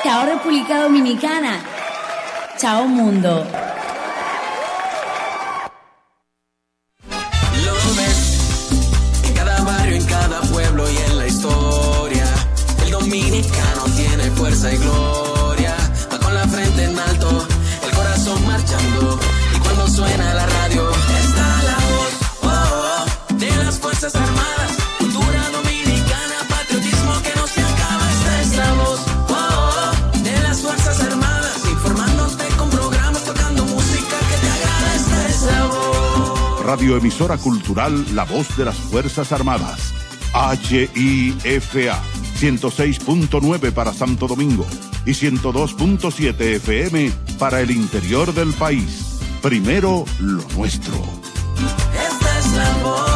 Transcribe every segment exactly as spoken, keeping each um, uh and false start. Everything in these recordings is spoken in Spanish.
Chao República Dominicana. Chao mundo. Lo ves en cada barrio, en cada pueblo y en la historia. El dominicano tiene fuerza y gloria. Va con la frente en alto, el corazón marchando. Y cuando suena la radio, está la voz oh, oh, de las Fuerzas Armadas. Cultura dominicana, patriotismo que no se acaba. Esta es la voz oh, oh, de las Fuerzas Armadas. Informándote con programas, tocando música que te agrada. Esta es la voz. Radioemisora cultural La Voz de las Fuerzas Armadas. H I F A ciento seis punto nueve para Santo Domingo y ciento dos punto siete F M para el interior del país. Primero lo nuestro. Esta es la voz.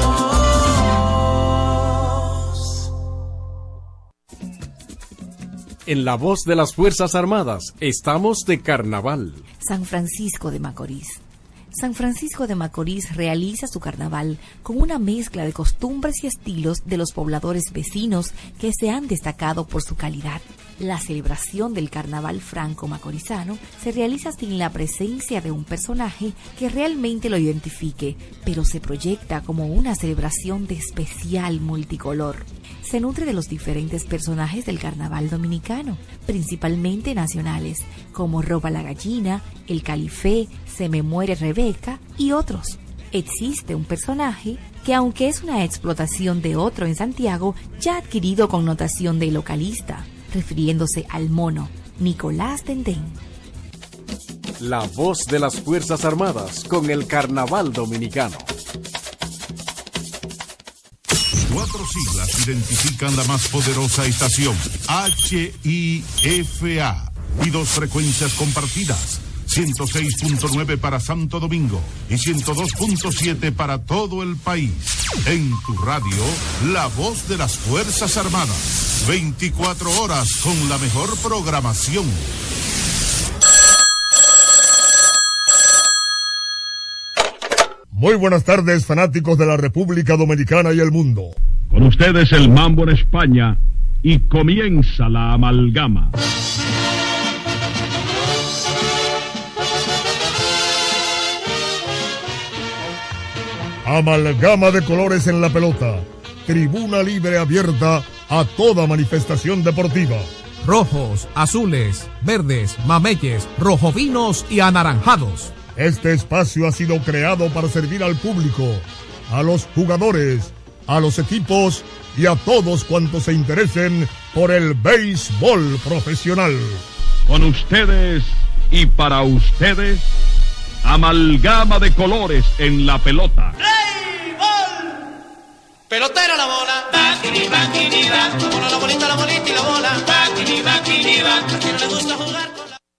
En La Voz de las Fuerzas Armadas estamos de carnaval. San Francisco de Macorís. San Francisco de Macorís realiza su carnaval con una mezcla de costumbres y estilos de los pobladores vecinos que se han destacado por su calidad. La celebración del carnaval franco-macorizano se realiza sin la presencia de un personaje que realmente lo identifique, pero se proyecta como una celebración de especial multicolor. Se nutre de los diferentes personajes del carnaval dominicano, principalmente nacionales, como Roba la Gallina, El Califé, Se me muere Rebeca y otros. Existe un personaje que, aunque es una explotación de otro en Santiago, ya ha adquirido connotación de localista, refiriéndose al mono, Nicolás Dendén. La Voz de las Fuerzas Armadas con el carnaval dominicano. Cuatro siglas identifican la más poderosa estación, H I F A, y dos frecuencias compartidas, ciento seis punto nueve para Santo Domingo y ciento dos punto siete para todo el país. En tu radio, la voz de las Fuerzas Armadas, veinticuatro horas con la mejor programación. Muy buenas tardes, fanáticos de la República Dominicana y el mundo. Con ustedes el mambo en España y comienza la amalgama. Amalgama de colores en la pelota. Tribuna libre abierta a toda manifestación deportiva. Rojos, azules, verdes, mameyes, rojovinos y anaranjados. Este espacio ha sido creado para servir al público, a los jugadores, a los equipos y a todos cuantos se interesen por el béisbol profesional. Con ustedes y para ustedes, amalgama de colores en la pelota. ¡Béisbol! Pelotera la bola. Baquini, baquini, ba. La bola, la bolita, la bolita y la bola. Baquini, baquini, ba. A quien no le gusta jugar con la...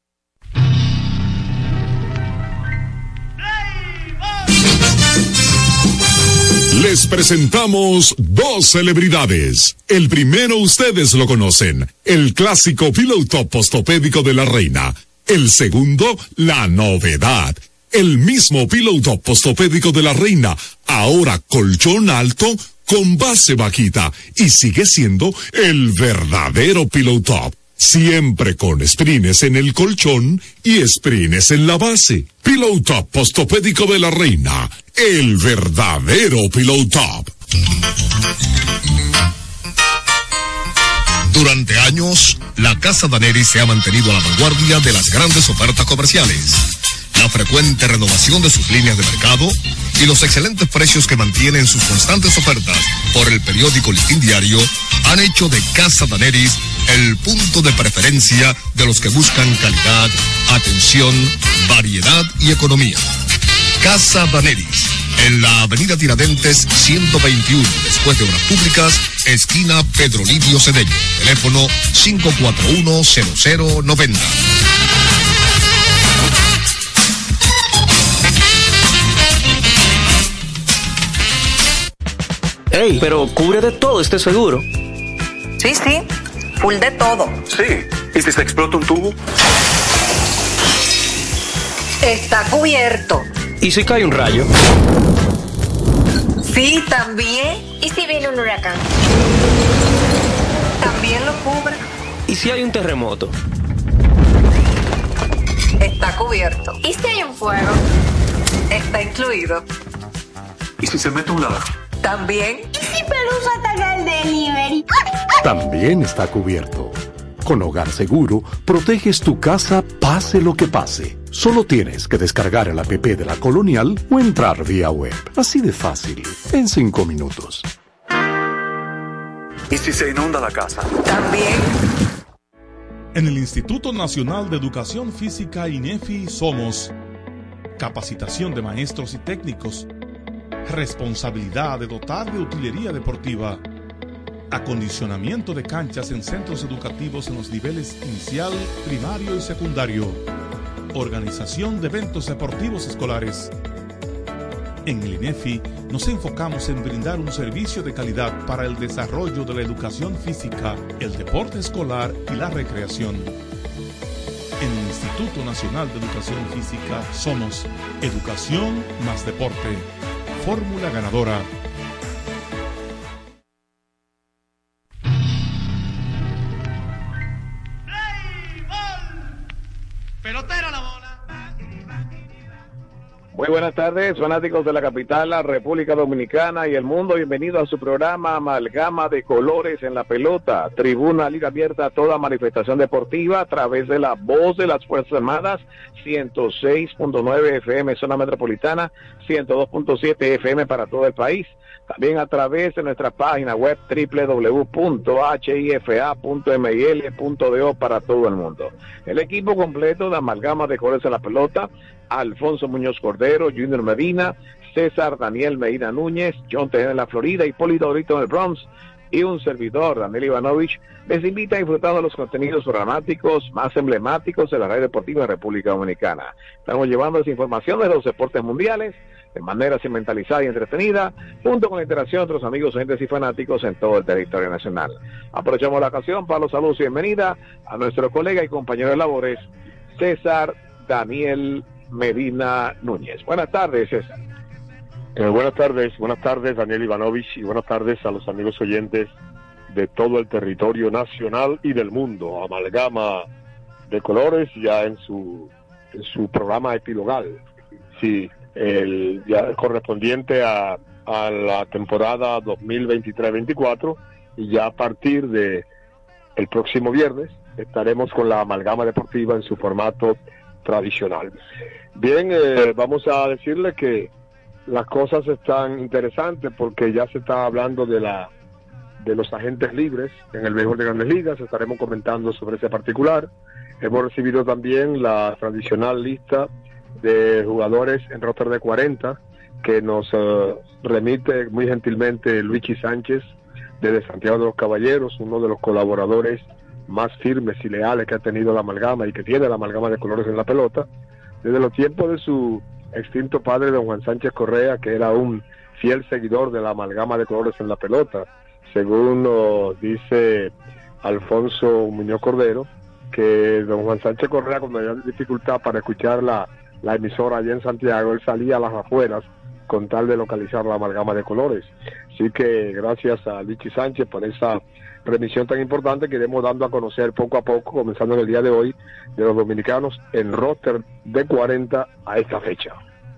Les presentamos dos celebridades. El primero ustedes lo conocen, el clásico Pillow Top postopédico de la reina. El segundo, la novedad, el mismo Pillow Top postopédico de la reina, ahora colchón alto con base bajita y sigue siendo el verdadero Pillow Top. Siempre con sprines en el colchón y sprines en la base. Pillow Top postopédico de la reina, el verdadero Pillow Top. Durante años, la Casa Daneri se ha mantenido a la vanguardia de las grandes ofertas comerciales. La frecuente renovación de sus líneas de mercado y los excelentes precios que mantienen sus constantes ofertas por el periódico Listín Diario han hecho de Casa Daneris el punto de preferencia de los que buscan calidad, atención, variedad y economía. Casa Daneris, en la avenida Tiradentes ciento veintiuno, después de Obras Públicas, esquina Pedro Livio Cedeño. Teléfono cinco cuatro uno, cero cero nueve cero. Ey, pero cubre de todo este seguro. Sí, sí, full de todo. Sí, ¿y si se explota un tubo? Está cubierto. ¿Y si cae un rayo? Sí, también. ¿Y si viene un huracán? También lo cubre. ¿Y si hay un terremoto? Está cubierto. ¿Y si hay un fuego? Está incluido. ¿Y si se mete un ladrón? También. ¿Y si Pelusa ataca el delivery? También está cubierto. Con Hogar Seguro, proteges tu casa pase lo que pase. Solo tienes que descargar el app de la Colonial o entrar vía web. Así de fácil, en cinco minutos. ¿Y si se inunda la casa? También. En el Instituto Nacional de Educación Física INEFI somos capacitación de maestros y técnicos, responsabilidad de dotar de utilería deportiva, acondicionamiento de canchas en centros educativos en los niveles inicial, primario y secundario, organización de eventos deportivos escolares. En el INEFI nos enfocamos en brindar un servicio de calidad para el desarrollo de la educación física, el deporte escolar y la recreación. En el Instituto Nacional de Educación Física somos Educación más Deporte. Fórmula ganadora. Pelotera la bola. Muy buenas tardes, fanáticos de la capital, la República Dominicana y el mundo. Bienvenidos a su programa Amalgama de Colores en la Pelota. Tribuna Liga Abierta a toda manifestación deportiva a través de la voz de las Fuerzas Armadas, ciento seis punto nueve F M zona metropolitana, ciento dos punto siete F M para todo el país. También a través de nuestra página web doble u doble u doble u punto h i f a punto m i l punto d o para todo el mundo. El equipo completo de Amalgama de Colores en la Pelota: Alfonso Muñoz Cordero, Junior Medina, César Daniel Medina Núñez, John Tejeda en la Florida y Poli Dorito en el Bronx, y un servidor, Daniel Ivanovich, les invita a disfrutar de los contenidos programáticos más emblemáticos de la red deportiva de República Dominicana. Estamos llevando esa información de los deportes mundiales de manera cimentalizada y entretenida, junto con la interacción de otros amigos, oyentes y fanáticos en todo el territorio nacional. Aprovechamos la ocasión para los saludos y bienvenida a nuestro colega y compañero de labores, César Daniel Medina Núñez. Buenas tardes, César. Eh, buenas tardes, buenas tardes, Daniel Ivanovich, y buenas tardes a los amigos oyentes de todo el territorio nacional y del mundo. Amalgama de Colores ya en su en su programa epilogal, sí, el ya correspondiente a, a la temporada dos mil veintitrés veinticuatro, y ya a partir de el próximo viernes estaremos con la amalgama deportiva en su formato tradicional. Bien, eh, vamos a decirle que las cosas están interesantes porque ya se está hablando de la de los agentes libres en el béisbol de Grandes Ligas. Estaremos comentando sobre ese particular. Hemos recibido también la tradicional lista de jugadores en roster de cuarenta que nos uh, remite muy gentilmente Luigi Sánchez desde Santiago de los Caballeros, uno de los colaboradores más firmes y leales que ha tenido la amalgama y que tiene la amalgama de Colores en la Pelota desde los tiempos de su extinto padre, don Juan Sánchez Correa, que era un fiel seguidor de la amalgama de Colores en la Pelota, según nos dice Alfonso Muñoz Cordero, que don Juan Sánchez Correa, cuando había dificultad para escuchar la, la emisora allá en Santiago, él salía a las afueras con tal de localizar la amalgama de Colores. Así que gracias a Lichi Sánchez por esa remisión tan importante que iremos dando a conocer poco a poco, comenzando en el día de hoy, de los dominicanos en roster de cuarenta a esta fecha.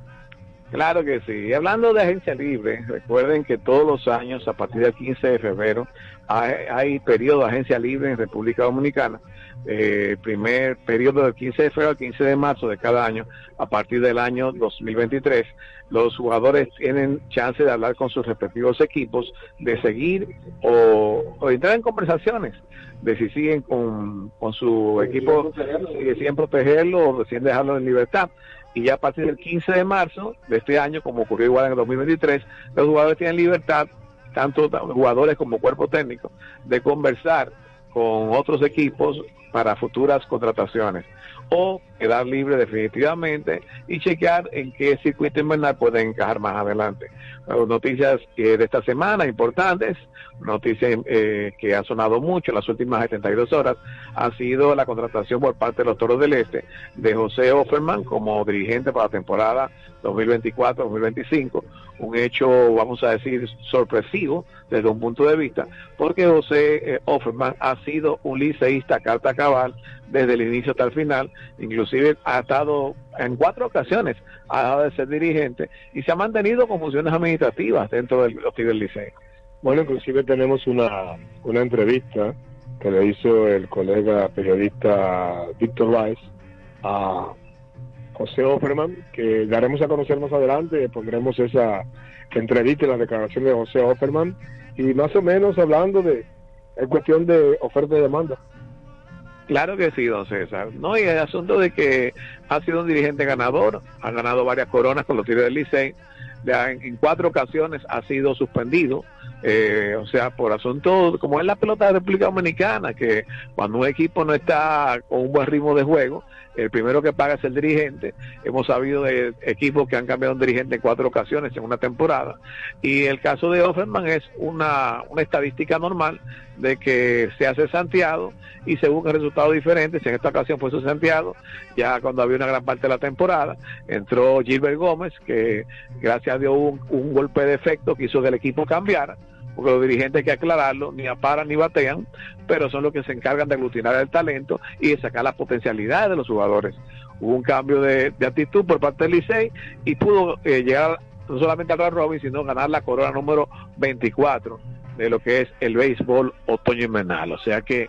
Claro que sí. Y hablando de agencia libre, recuerden que todos los años, a partir del quince de febrero, hay, hay periodo de agencia libre en República Dominicana. Eh, primer periodo del quince de febrero al quince de marzo de cada año. A partir del año dos mil veintitrés, los jugadores tienen chance de hablar con sus respectivos equipos, de seguir o, o entrar en conversaciones de si siguen con, con su equipo, si deciden protegerlo o deciden dejarlo en libertad. Y ya a partir del quince de marzo de este año, como ocurrió igual en el dos mil veintitrés, los jugadores tienen libertad, tanto jugadores como cuerpo técnico, de conversar con otros equipos para futuras contrataciones o quedar libre definitivamente y chequear en qué circuito invernal pueden encajar más adelante. Bueno, noticias eh, de esta semana importantes, noticias eh, que ha sonado mucho en las últimas setenta y dos horas, ha sido la contratación por parte de los Toros del Este de José Offerman como dirigente para la temporada dos mil veinticuatro dos mil veinticinco, un hecho, vamos a decir, sorpresivo desde un punto de vista, porque José eh, Offerman ha sido un liceísta carta cabal desde el inicio hasta el final, inclusive ha estado en cuatro ocasiones, ha dejado de ser dirigente y se ha mantenido con funciones administrativas dentro del, del Licey. Bueno, inclusive tenemos una, una entrevista que le hizo el colega periodista Víctor Báez a José Offerman, que daremos a conocer más adelante, pondremos esa entrevista y la declaración de José Offerman, y más o menos hablando de, es cuestión de oferta y demanda. Claro que sí, don César. No, y el asunto de que ha sido un dirigente ganador, ha ganado varias coronas con los Tigres del Licey, en, en cuatro ocasiones ha sido suspendido, eh, o sea, por asunto, como es la pelota de República Dominicana, que cuando un equipo no está con un buen ritmo de juego, el primero que paga es el dirigente. Hemos sabido de equipos que han cambiado un dirigente en cuatro ocasiones en una temporada, y el caso de Offerman es una, una estadística normal de que se hace cesanteado y se buscan resultados diferentes. En esta ocasión fue cesanteado ya cuando había una gran parte de la temporada, entró Gilbert Gómez, que gracias a Dios hubo un, un golpe de efecto que hizo que el equipo cambiara, porque los dirigentes, hay que aclararlo, ni aparan ni batean, pero son los que se encargan de aglutinar el talento y de sacar las potencialidades de los jugadores. Hubo un cambio de, de actitud por parte del Licey y pudo eh, llegar no solamente al round robin, sino ganar la corona número veinticuatro de lo que es el béisbol otoño invernal. O sea que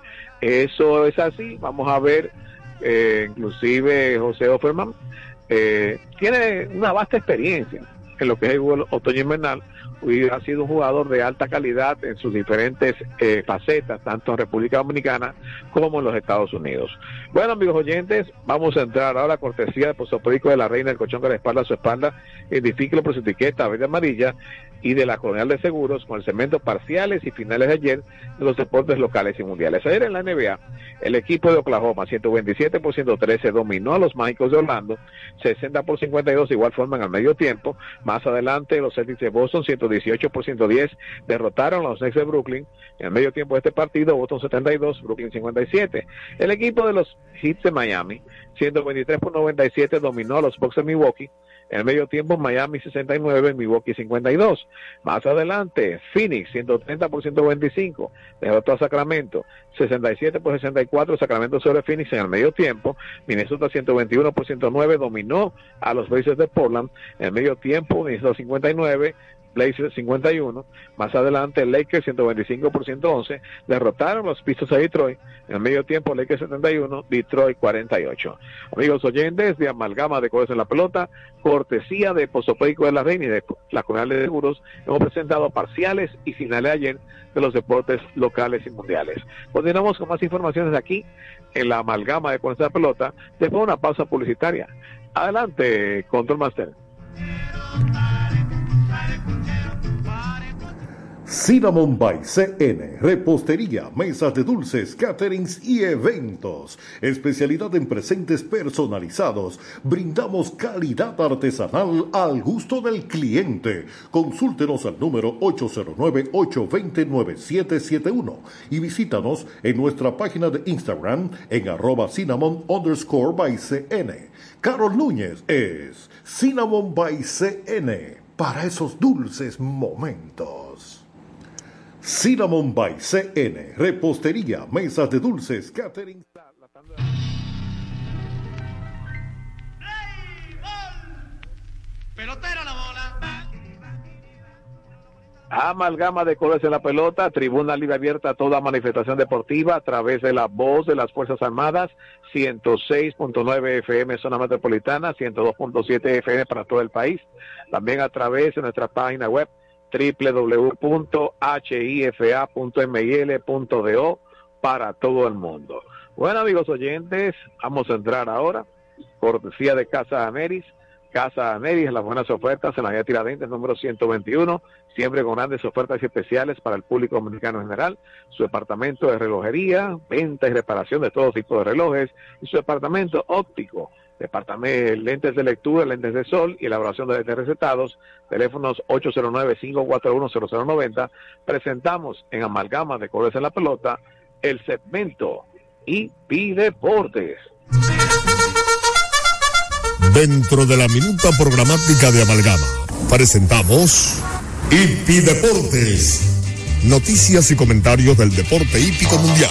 eso es así. Vamos a ver, eh, inclusive José Offerman eh, tiene una vasta experiencia en lo que es el béisbol otoño invernal, y ha sido un jugador de alta calidad en sus diferentes eh, facetas, tanto en República Dominicana como en los Estados Unidos. Bueno, amigos oyentes, vamos a entrar ahora a cortesía de Posopédico de la Reina, el colchón que le espalda a su espalda, identifíquelo por su etiqueta verde amarilla, y de la Colonial de Seguros, con el segmento parciales y finales de ayer de los deportes locales y mundiales. Ayer en la N B A, el equipo de Oklahoma, ciento veintisiete por ciento trece, dominó a los Mágicos de Orlando, sesenta por cincuenta y dos, igual forma en el medio tiempo. Más adelante, los Celtics de Boston, ciento dieciocho por ciento diez, derrotaron a los Nets de Brooklyn. En el medio tiempo de este partido, Boston setenta y dos, Brooklyn cincuenta y siete. El equipo de los Heat de Miami, ciento veintitrés por noventa y siete, dominó a los Bucks de Milwaukee. En el medio tiempo, Miami sesenta y nueve, Milwaukee cincuenta y dos. Más adelante, Phoenix ciento treinta por ciento veinticinco, derrotó a Sacramento, sesenta y siete por sesenta y cuatro, Sacramento sobre Phoenix en el medio tiempo. Minnesota ciento veintiuno por ciento nueve, dominó a los Blazers de Portland. En el medio tiempo, Minnesota cincuenta y nueve, Blazers cincuenta y uno. Más adelante, Lakers ciento veinticinco por ciento once, derrotaron los Pistons a Detroit. En el medio tiempo, Lakers setenta y uno, Detroit cuarenta y ocho. Amigos oyentes de Amalgama de Colores en la Pelota, cortesía de Posopédico de la Reina y de la Colonial de Seguros, hemos presentado parciales y finales ayer de los deportes locales y mundiales. Continuamos con más informaciones aquí en la Amalgama de Colores en la Pelota, después de una pausa publicitaria. Adelante, Control Master. Cinnamon by C N, repostería, mesas de dulces, caterings y eventos. Especialidad en presentes personalizados. Brindamos calidad artesanal al gusto del cliente. Consúltenos al número ocho cero nueve, ocho dos cero, nueve siete siete uno y visítanos en nuestra página de Instagram en arroba cinnamon underscore by C N. Carol Núñez es Cinnamon by C N para esos dulces momentos. Cinnamon by C N, repostería, mesas de dulces, catering. Pelotera la bola. Amalgama de Colores en la Pelota, tribuna libre abierta a toda manifestación deportiva a través de la voz de las Fuerzas Armadas, ciento seis punto nueve F M zona metropolitana, ciento dos punto siete F M para todo el país. También a través de nuestra página web doble u doble u doble u punto h i f a punto m i l punto d o para todo el mundo. Bueno, amigos oyentes, vamos a entrar ahora, cortesía de Casa Ameris. Casa Ameris, las buenas ofertas en la calle Tiradentes, número ciento veintiuno, siempre con grandes ofertas especiales para el público dominicano en general. Su departamento de relojería, venta y reparación de todo tipo de relojes, y su departamento óptico, departamento, lentes de lectura, lentes de sol y elaboración de lentes recetados. Teléfonos ocho cero nueve, cinco cuatro uno, cero cero nueve cero. Presentamos en Amalgama de Colores en la Pelota el segmento I P I Deportes. Dentro de la minuta programática de Amalgama, presentamos I P I Deportes. Noticias y comentarios del deporte hípico mundial.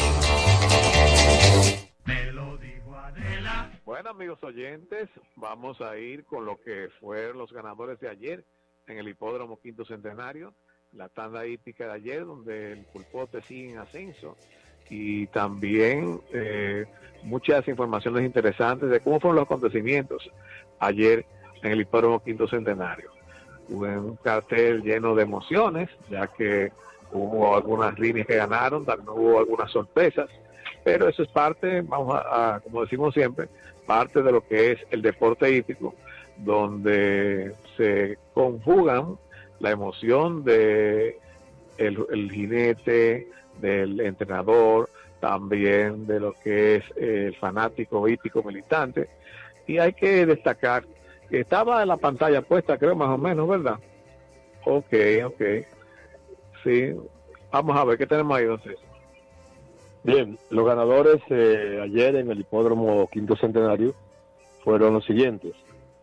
Bueno, amigos oyentes, vamos a ir con lo que fueron los ganadores de ayer en el Hipódromo Quinto Centenario, la tanda hípica de ayer, donde el pulpote sigue en ascenso, y también eh, muchas informaciones interesantes de cómo fueron los acontecimientos ayer en el Hipódromo Quinto Centenario. Hubo un cartel lleno de emociones, ya que hubo algunas líneas que ganaron, también hubo algunas sorpresas, pero eso es parte, vamos a, a como decimos siempre, parte de lo que es el deporte hípico, donde se conjugan la emoción de el, el jinete, del entrenador, también de lo que es el fanático hípico militante. Y hay que destacar que estaba en la pantalla puesta, creo, más o menos, ¿verdad? Ok, ok. Sí, vamos a ver qué tenemos ahí, entonces. Bien, los ganadores eh, ayer en el Hipódromo Quinto Centenario fueron los siguientes.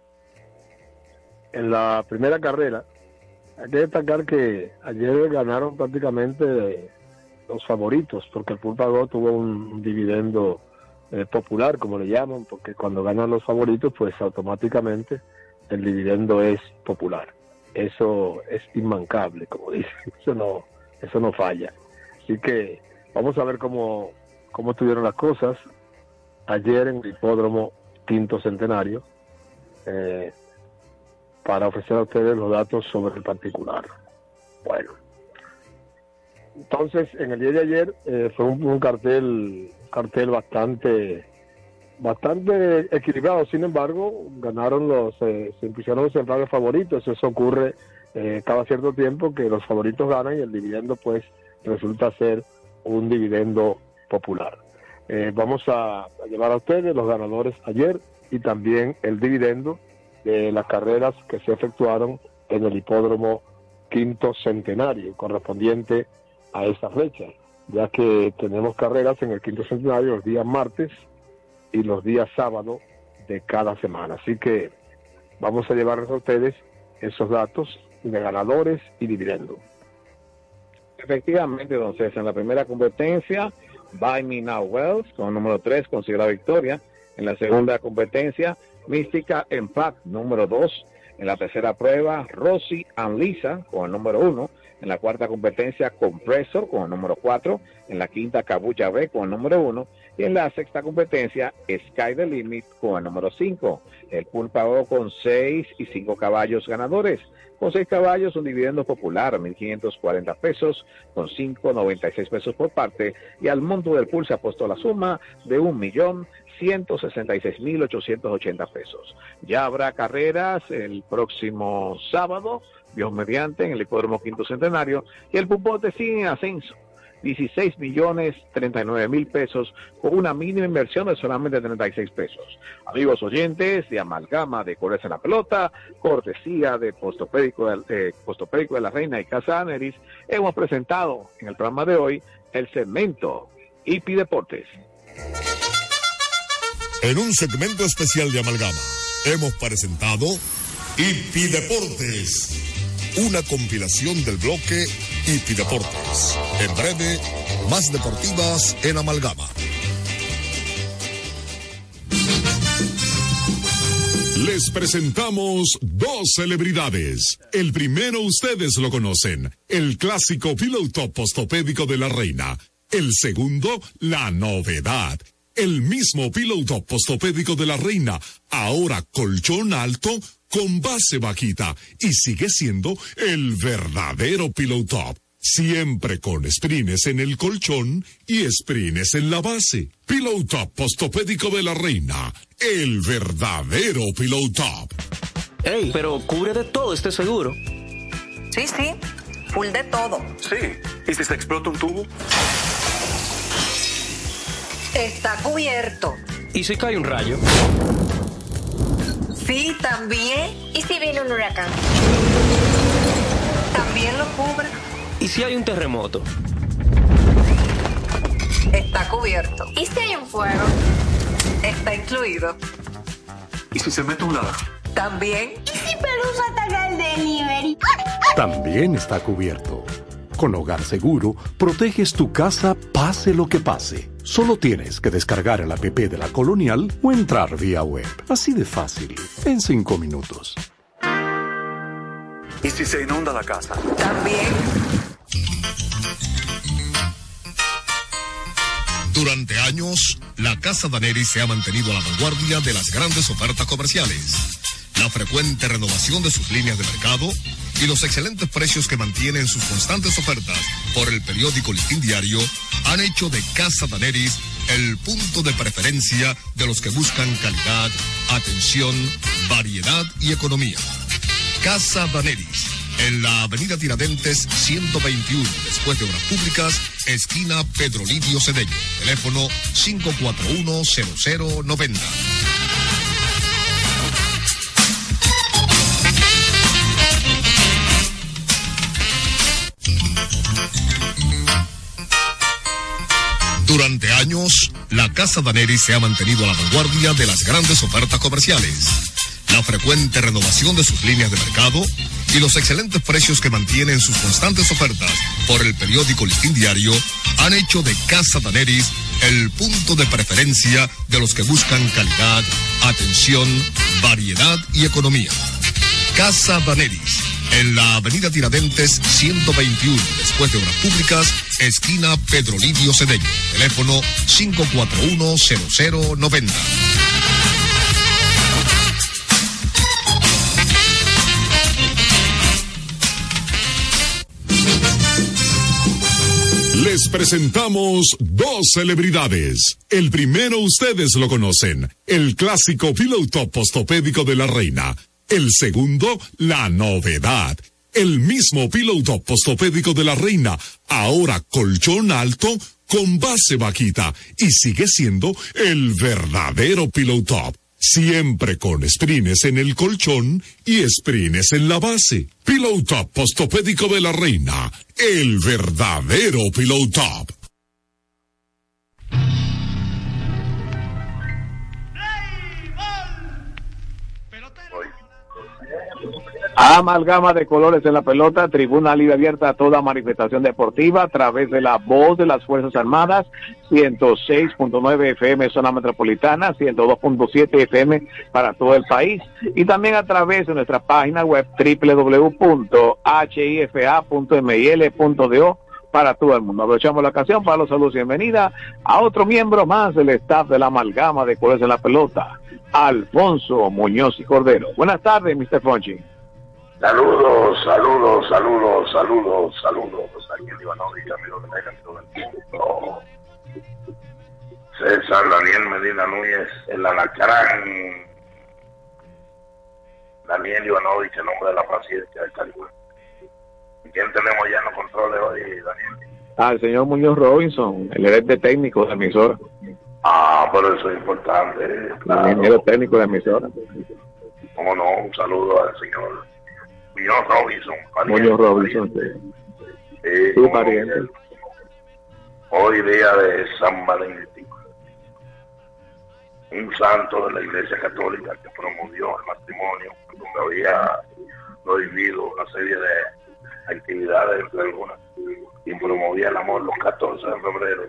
En la primera carrera, hay que destacar que ayer ganaron prácticamente los favoritos, porque el Pulpago tuvo un dividendo eh, popular, como le llaman, porque cuando ganan los favoritos, pues automáticamente el dividendo es popular. Eso es inmancable, como dicen, eso no, eso no falla. Así que vamos a ver cómo, cómo estuvieron las cosas ayer en el Hipódromo Quinto Centenario, eh, para ofrecer a ustedes los datos sobre el particular. Bueno, entonces en el día de ayer eh, fue un, un cartel cartel bastante bastante equilibrado. Sin embargo, ganaron los eh, se impusieron los centrales favoritos. Eso ocurre eh, cada cierto tiempo, que los favoritos ganan y el dividendo pues resulta ser un dividendo popular. Eh, vamos a, a llevar a ustedes los ganadores ayer y también el dividendo de las carreras que se efectuaron en el Hipódromo Quinto Centenario, correspondiente a esta fecha, ya que tenemos carreras en el Quinto Centenario los días martes y los días sábado de cada semana. Así que vamos a llevarles a ustedes esos datos de ganadores y dividendos. Efectivamente, don César, en la primera competencia, Buy Me Now Wells, con el número tres, consiguió la victoria. En la segunda competencia, Mística Impact, número dos. En la tercera prueba, Rosy and Lisa, con el número uno. En la cuarta competencia, Compressor, con el número cuatro. En la quinta, Cabucha B, con el número uno. Y en la sexta competencia, Sky the Limit, con el número cinco. El pool pagó con seis y cinco caballos ganadores. Con seis caballos, un dividendo popular, mil quinientos cuarenta pesos, con cinco, noventa y seis pesos por parte. Y al monto del pool se apostó la suma de un millón ciento sesenta y seis mil ochocientos ochenta pesos. Ya habrá carreras el próximo sábado, Dios mediante, en el Hipódromo Quinto Centenario, y el pupote sigue en ascenso. dieciséis millones treinta y nueve mil pesos, con una mínima inversión de solamente treinta y seis pesos. Amigos oyentes de Amalgama de Colores en la Pelota, cortesía de Postopédico de, eh, Postopédico de la Reina y Casa Aneris, hemos presentado en el programa de hoy el segmento I P I Deportes. En un segmento especial de Amalgama, hemos presentado I P I Deportes, una compilación del bloque I P I Deportes. En breve, más deportivas en Amalgama. Les presentamos dos celebridades. El primero ustedes lo conocen, el clásico Pillow Top postopédico de la Reina. El segundo, la novedad. El mismo Pillow Top postopédico de la Reina, ahora colchón alto con base bajita, y sigue siendo el verdadero Pillow Top. Siempre con sprines en el colchón y sprines en la base. Pillow Top postopédico de la Reina, el verdadero Pillow Top. Ey, pero cubre de todo este seguro. Sí, sí, full de todo. Sí, ¿y si se explota un tubo? Está cubierto. ¿Y si cae un rayo? Sí, también. ¿Y si viene un huracán? También lo cubre. ¿Y si hay un terremoto? Está cubierto. ¿Y si hay un fuego? Está incluido. ¿Y si se mete un ladrón? También. ¿Y si Pelusa ataca el delivery? También está cubierto. Con Hogar Seguro, proteges tu casa pase lo que pase. Solo tienes que descargar el app de la Colonial o entrar vía web. Así de fácil, en cinco minutos. ¿Y si se inunda la casa? También. Durante años, la Casa Daneri se ha mantenido a la vanguardia de las grandes ofertas comerciales. La frecuente renovación de sus líneas de mercado y los excelentes precios que mantienen sus constantes ofertas por el periódico Listín Diario han hecho de Casa Daneris el punto de preferencia de los que buscan calidad, atención, variedad y economía. Casa Daneris, en la avenida Tiradentes ciento veintiuno, después de Obras Públicas, esquina Pedro Lidio Cedeño. Teléfono cinco cuatro uno, cero cero nueve cero. Durante años, la Casa Daneri se ha mantenido a la vanguardia de las grandes ofertas comerciales. La frecuente renovación de sus líneas de mercado y los excelentes precios que mantienen sus constantes ofertas por el periódico Listín Diario han hecho de Casa Daneris el punto de preferencia de los que buscan calidad, atención, variedad y economía. Casa Daneris, en la avenida Tiradentes ciento veintiuno, después de Obras Públicas, esquina Pedro Lidio Cedeño. Teléfono cinco cuatro uno, cero cero nueve cero. Les presentamos dos celebridades. El primero ustedes lo conocen, el clásico Pillow Top postopédico de la reina. El segundo, la novedad. El mismo Pillow Top postopédico de la reina, ahora colchón alto con base vaquita y sigue siendo el verdadero Pillow Top. Siempre con sprines en el colchón y sprines en la base. Pillow Top postopédico de la reina, el verdadero Pillow Top. Amalgama de colores en la pelota, tribuna libre abierta a toda manifestación deportiva a través de la voz de las Fuerzas Armadas, ciento seis punto nueve F M zona metropolitana, ciento dos punto siete F M para todo el país y también a través de nuestra página web doble u doble u doble u punto h i f a punto m i l punto d o para todo el mundo. Aprovechamos la ocasión para los saludos y bienvenida a otro miembro más del staff de la Amalgama de colores en la pelota, Alfonso Muñoz y Cordero. Buenas tardes, mister Fonchi. Saludos, saludos, saludos, saludos, saludos. Aquí en Ivanovich, amigos de Mega, todo el mundo. César Daniel Medina Núñez, el alacrán. Daniel Ivanovich, el nombre de la paciencia del Caribe. ¿Quién tenemos ya en los controles hoy, Daniel? Al señor Muñoz Robinson, el gerente técnico de emisora. Ah, pero eso es importante. Claro. El ingeniero técnico de emisora. Cómo no, un saludo al señor Muñoz Robinson. Pariente, Muñoz Robinson, sí. Sí, Su pariente. Hoy día de San Valentín. Un santo de la Iglesia Católica que promovió el matrimonio, donde había prohibido una serie de actividades, entre algunas, y promovía el amor los catorce de febrero.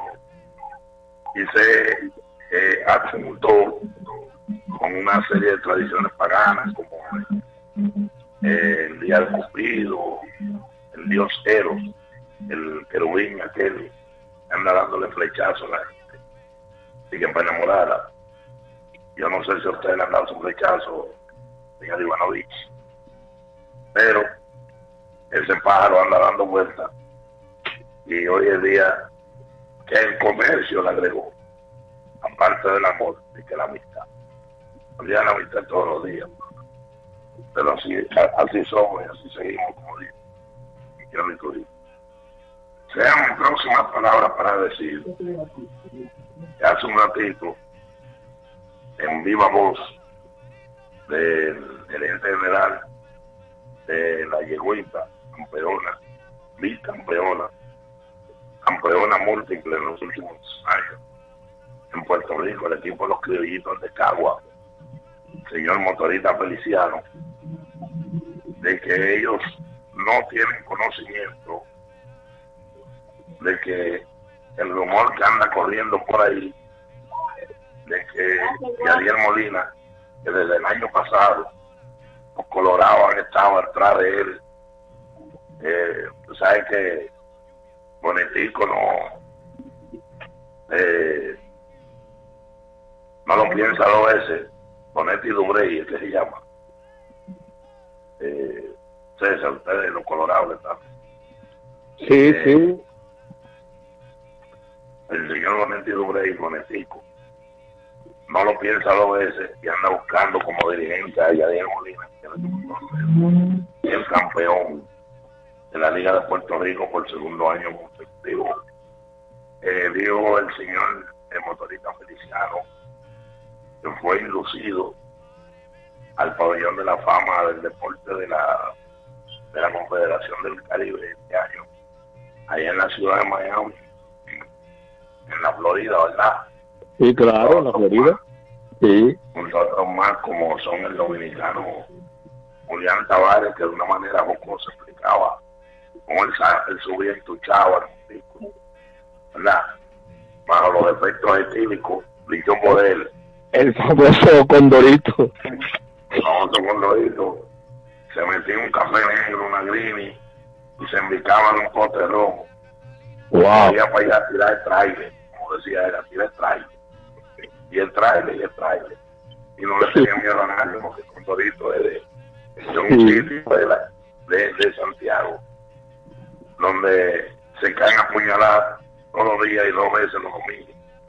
Y se eh, adjuntó con una serie de tradiciones paganas, como eh, el Día de Cupido, el dios Eros, el querubín aquel, anda dándole flechazo a la gente, así que para enamorarla. Yo no sé si a ustedes le han dado un flechazo, señor Ivanovich, pero ese pájaro anda dando vueltas, y hoy es día que el comercio le agregó, aparte del amor, y que la amistad. El día de la amistad todos los días, pero así, así somos y así seguimos, como digo. Y quiero incluir. Sean mis próximas palabras para decir que hace un ratito, en viva voz, del gerente general de la Yegüita, campeona, bicampeona, campeona múltiple en los últimos años en Puerto Rico, el equipo de los criollitos de Cagua, señor motorista Feliciano, de que ellos no tienen conocimiento de que el rumor que anda corriendo por ahí, de que Yadier Molina, que desde el año pasado los colorados han estado atrás de él, eh, tú sabes que Bonetico no eh, no lo piensa dos veces. Bonetti Dubrey, el que se llama eh, César, ustedes los colorados, ¿verdad? Sí, eh, sí. El señor Bonetti Dubrey, Bonetico, no lo piensa dos veces y anda buscando como dirigente a Yadier Molina, que es el campeón de la Liga de Puerto Rico por segundo año consecutivo. Eh, dijo el señor el motorista Feliciano que fue inducido al pabellón de la fama del deporte de la de la Confederación del Caribe este año, allá en la ciudad de Miami, en, en la Florida, ¿verdad? Sí, claro, en la Florida. Sí. Nosotros más como son el dominicano Julián Tavares, que de una manera jocosa explicaba cómo él, él subía entuchado al montículo, ¿verdad? Bajo los efectos etílicos, dicho por él. El famoso Condorito. El famoso Condorito se metía en un café negro, una greenie, y se embicaba en un pote rojo. Wow. Y iba para allá a tirar el trailer, como decía él, a tirar el trailer. Y el trailer y el trailer. Y no le tenía miedo a nadie, porque el Condorito es de, de un sí. sitio de, la, de, de Santiago, donde se caen a puñalar todos los días y dos veces los domingos.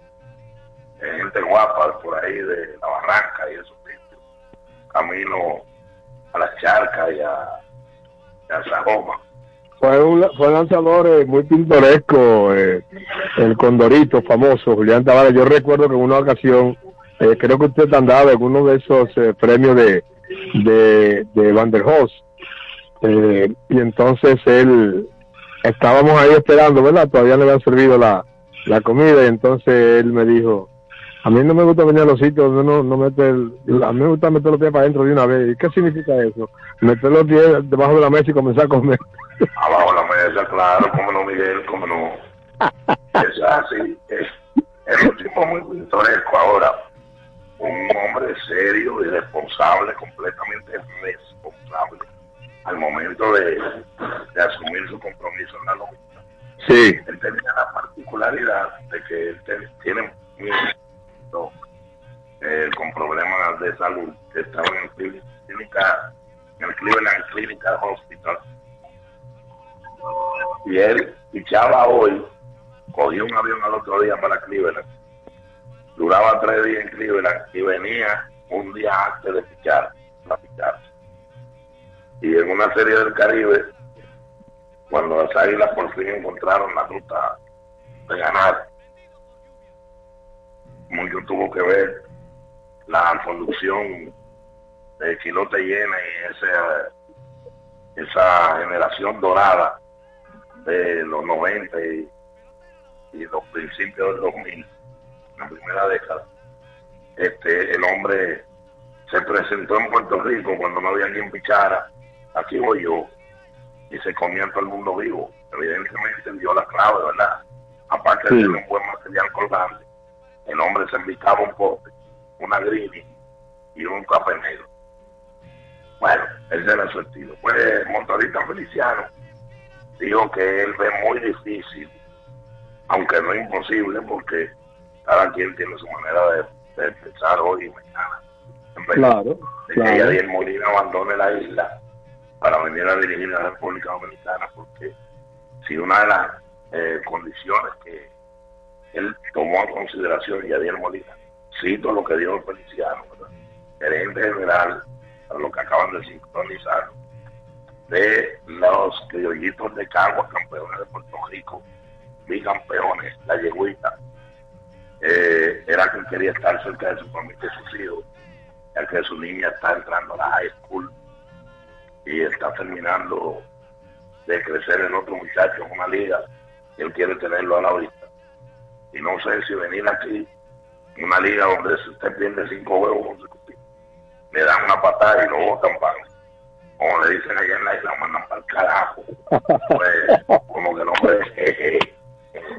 Eh, gente guapa por ahí de la Barranca y esos sitios, camino a las Charcas y a, y a Sajoma. Fue un, fue un lanzador eh, muy pintoresco, eh, el Condorito famoso, Julián Tavares. Yo recuerdo que en una ocasión, eh, creo que usted andaba en uno de esos eh, premios de, de, de Van der Host, eh, y entonces él, estábamos ahí esperando, ¿verdad? Todavía le habían servido la, la comida, y entonces él me dijo, a mí no me gusta venir a los sitios donde no, no mete el, a mí me gusta meter los pies para adentro de una vez. ¿Y qué significa eso? Meter los pies debajo de la mesa y comenzar a comer. Abajo de la mesa, claro, cómo no, Miguel, cómo no. Es así, es, es un tipo muy pintoresco ahora. Un hombre serio y responsable, completamente responsable, al momento de, de asumir su compromiso en la lógica. Sí. Él tenía la particularidad de que él te, tiene no, eh, con problemas de salud, que estaba en el clínica, en el Cleveland Clinical Hospital, y él fichaba hoy, cogió un avión al otro día para Cleveland, duraba tres días en Cleveland y venía un día antes de fichar, para ficharse. Y en una serie del Caribe, cuando las Águilas por fin encontraron la ruta de ganar, mucho tuvo que ver la conducción de Quilote Llena y ese, esa generación dorada de los noventa y, y los principios del dos mil, la primera década. Este, el hombre se presentó en Puerto Rico cuando no había quien pichara, aquí voy yo, y se comía todo el mundo vivo. Evidentemente dio la clave, ¿verdad? Aparte sí. de tener un buen material colgante, el hombre se invitaba un pote, una greenie y un café negro. Bueno, ese era su estilo. Pues el motorista Feliciano dijo que él ve muy difícil, aunque no imposible, porque cada quien tiene su manera de, de pensar hoy y mañana. En vez claro, de claro. que Yadier Molina abandone la isla para venir a dirigir la República Dominicana, porque si una de las eh, condiciones que él tomó en consideración Yadier Molina, cito lo que dijo el Feliciano, ¿verdad? Gerente general, a lo que acaban de sincronizar, de los criollitos de Cagua, campeones de Puerto Rico, bicampeones, la Yegüita, eh, era quien quería estar cerca de su familia y sus hijos, ya que su niña está entrando a la high school y está terminando de crecer en otro muchacho en una liga y él quiere tenerlo a la vista. Y no sé si venir aquí, en una liga donde si usted pierde cinco juegos consecutivos, le dan una patada y lo botan para, como le dicen allá en la isla, mandan para el carajo. Pues, como que no puede.